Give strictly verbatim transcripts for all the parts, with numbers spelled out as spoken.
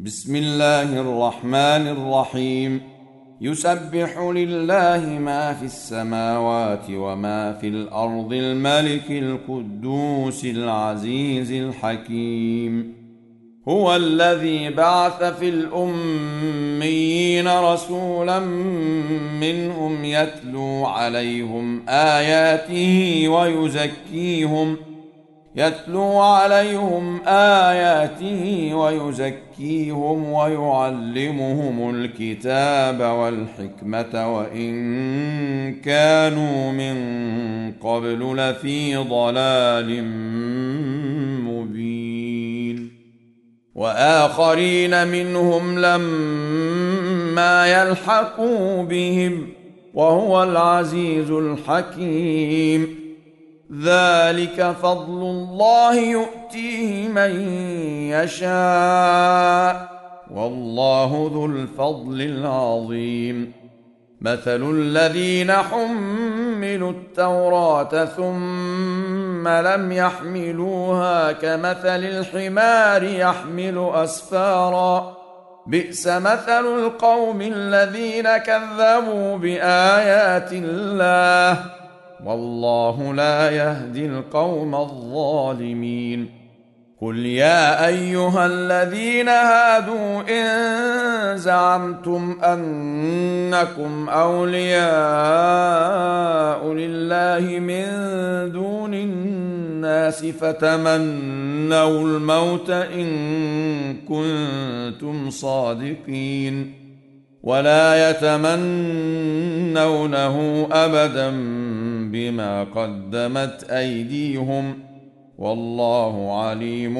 بسم الله الرحمن الرحيم. يسبح لله ما في السماوات وما في الأرض الملك القدوس العزيز الحكيم. هو الذي بعث في الأميين رسولا منهم يتلو عليهم آياته ويزكيهم يتلو عليهم آياته ويزكيهم ويعلمهم الكتاب والحكمة وإن كانوا من قبل لفي ضلال مبين. وآخرين منهم لما يلحقوا بهم وهو العزيز الحكيم. ذلك فضل الله يؤتيه من يشاء والله ذو الفضل العظيم. مثل الذين حملوا التوراة ثم لم يحملوها كمثل الحمار يحمل أسفارا بئس مثل القوم الذين كذبوا بآيات الله والله لا يهدي القوم الظالمين. قل يا أيها الذين هادوا إن زعمتم أنكم أولياء لله من دون الناس فتمنوا الموت إن كنتم صادقين ولا يتمنونه أبدا بما قدمت أيديهم والله عليم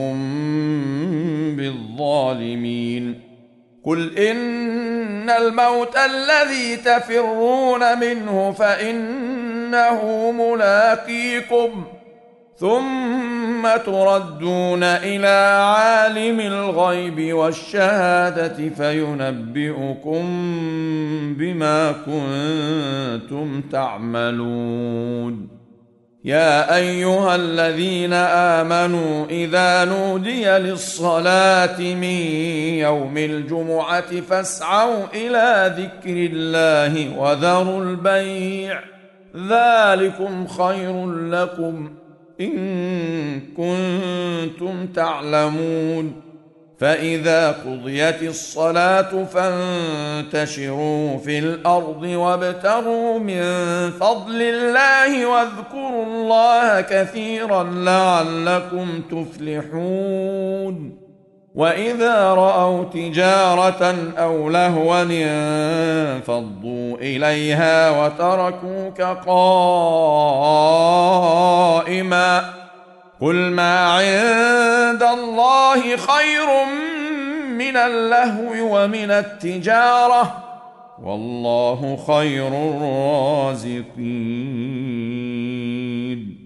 بالظالمين. قل إن الموت الذي تفرون منه فإنه ملاقيكم ثم تردون إلى عالم الغيب والشهادة فينبئكم بما كنتم تعملون. يا أيها الذين آمنوا إذا نودي للصلاة من يوم الجمعة فاسعوا إلى ذكر الله وذروا البيع ذلكم خير لكم إن كنتم تعلمون. فإذا قضيت الصلاة فانتشروا في الأرض وابتغوا من فضل الله واذكروا الله كثيرا لعلكم تفلحون. وإذا رأوا تجارة أو لهوا انفضوا إليها وتركوك قائما قل ما عند الله خير من اللهو ومن التجارة والله خير الرازقين.